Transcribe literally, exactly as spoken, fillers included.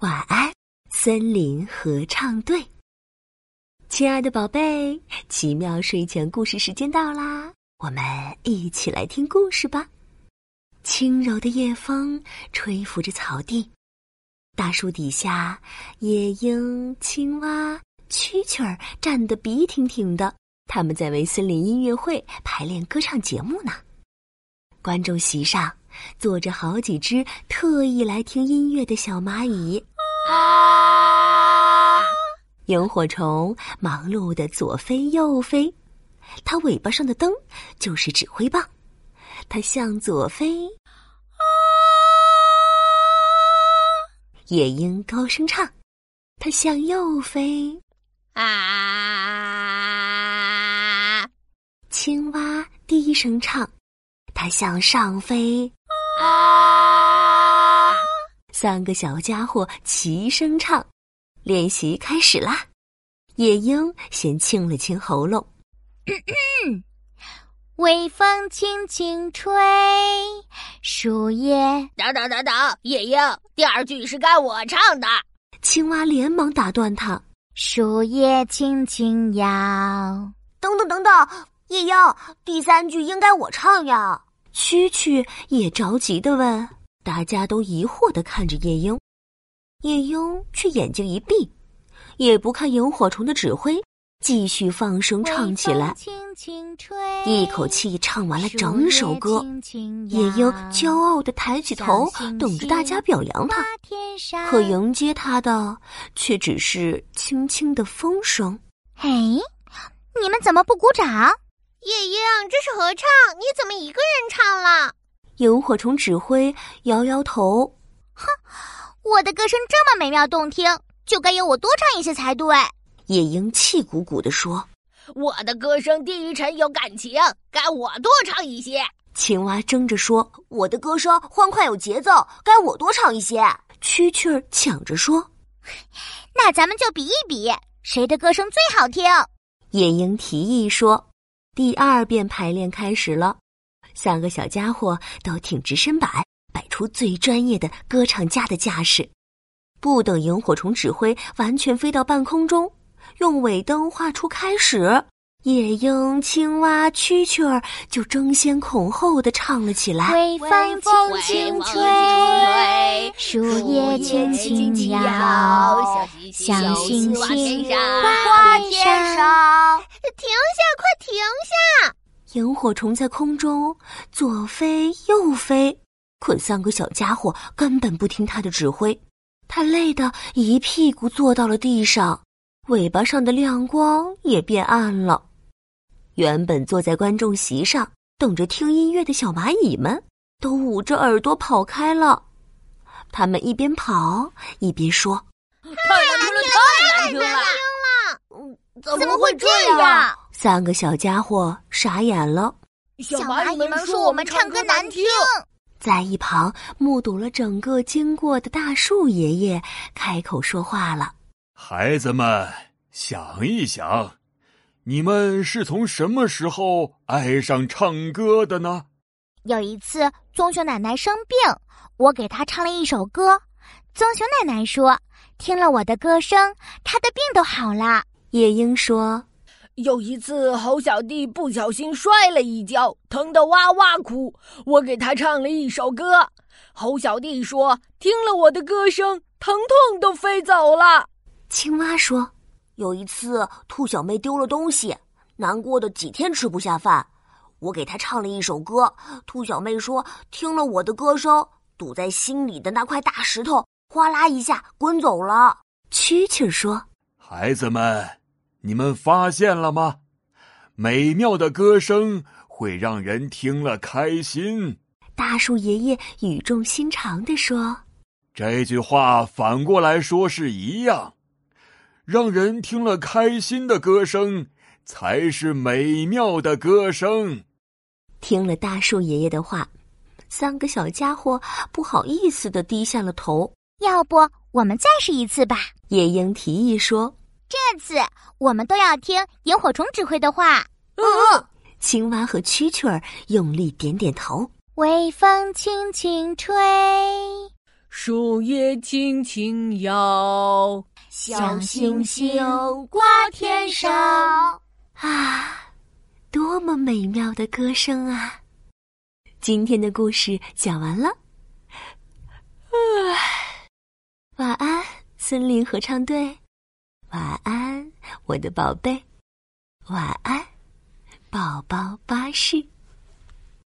晚安，森林合唱队。亲爱的宝贝，奇妙睡前故事时间到啦，我们一起来听故事吧。轻柔的夜风吹拂着草地，大树底下，夜莺、青蛙、蛐蛐儿站得笔挺挺的，他们在为森林音乐会排练歌唱节目呢。观众席上坐着好几只特意来听音乐的小蚂蚁。啊！萤火虫忙碌地左飞右飞，它尾巴上的灯就是指挥棒，它向左飞。啊！夜莺高声唱，它向右飞。啊！青蛙低声唱，它向上飞。啊！三个小家伙齐声唱，练习开始啦。夜莺先清了清喉咙， 咳咳，微风轻轻吹，树叶…… 等等等等，夜莺，第二句是该我唱的。 青蛙连忙打断他， 树叶轻轻摇。 等等等等，夜莺，第三句应该我唱呀。 蛐蛐也着急地问，大家都疑惑地看着夜莺，夜莺却眼睛一闭，也不看萤火虫的指挥，继续放声唱起来， 轻轻吹， 一口气唱完了整首歌。 轻轻夜莺骄傲地抬起头，等着大家表扬他，可迎接他的却只是轻轻的风声。 嘿，你们怎么不鼓掌？ 夜莺，这是合唱，你怎么一个人唱了？ 萤火虫指挥摇摇头， 哼，我的歌声这么美妙动听，就该由我多唱一些才对。 夜莺气鼓鼓地说， 我的歌声低沉有感情，该我多唱一些。 青蛙争着说， 我的歌声欢快有节奏，该我多唱一些。 蛐蛐儿抢着说， 那咱们就比一比，谁的歌声最好听。 夜莺提议说。第二遍排练开始了，三个小家伙都挺直身板，摆出最专业的歌唱家的架势。不等萤火虫指挥完全飞到半空中，用尾灯画出开始，夜莺、青蛙、蛐蛐儿就争先恐后地唱了起来。 微风轻轻吹，树叶轻轻摇，像星星挂天上。 停下，快停下！ 萤火虫在空中左飞右飞，可三个小家伙根本不听他的指挥，他累得一屁股坐到了地上，尾巴上的亮光也变暗了。原本坐在观众席上等着听音乐的小蚂蚁们都捂着耳朵跑开了，他们一边跑一边说， 太难听了，太难听了！ 怎么会这样？ 三个小家伙傻眼了。 小蚂蚁们说我们唱歌难听。 在一旁目睹了整个经过的大树爷爷开口说话了： 孩子们，想一想，你们是从什么时候爱上唱歌的呢？ 有一次棕熊奶奶生病，我给她唱了一首歌，棕熊奶奶说听了我的歌声，她的病都好了。 夜莺说， 有一次猴小弟不小心摔了一跤，疼得哇哇哭，我给他唱了一首歌，猴小弟说听了我的歌声，疼痛都飞走了。 青蛙说， 有一次兔小妹丢了东西，难过的几天吃不下饭，我给她唱了一首歌，兔小妹说听了我的歌声，堵在心里的那块大石头哗啦一下滚走了。 蛐蛐说， 孩子们，你们发现了吗？美妙的歌声会让人听了开心。 大树爷爷语重心长地说， 这句话反过来说是一样，让人听了开心的歌声才是美妙的歌声。 听了大树爷爷的话，三个小家伙不好意思地低下了头。 要不我们再试一次吧？ 夜莺提议说， 这次我们都要听萤火虫指挥的话。 嗯嗯。 青蛙和蛐蛐儿用力点点头。 微风轻轻吹， 树叶轻轻摇， 小星星挂天上。 啊，多么美妙的歌声啊！今天的故事讲完了，晚安，森林合唱队。晚安，我的宝贝。晚安，宝宝巴士。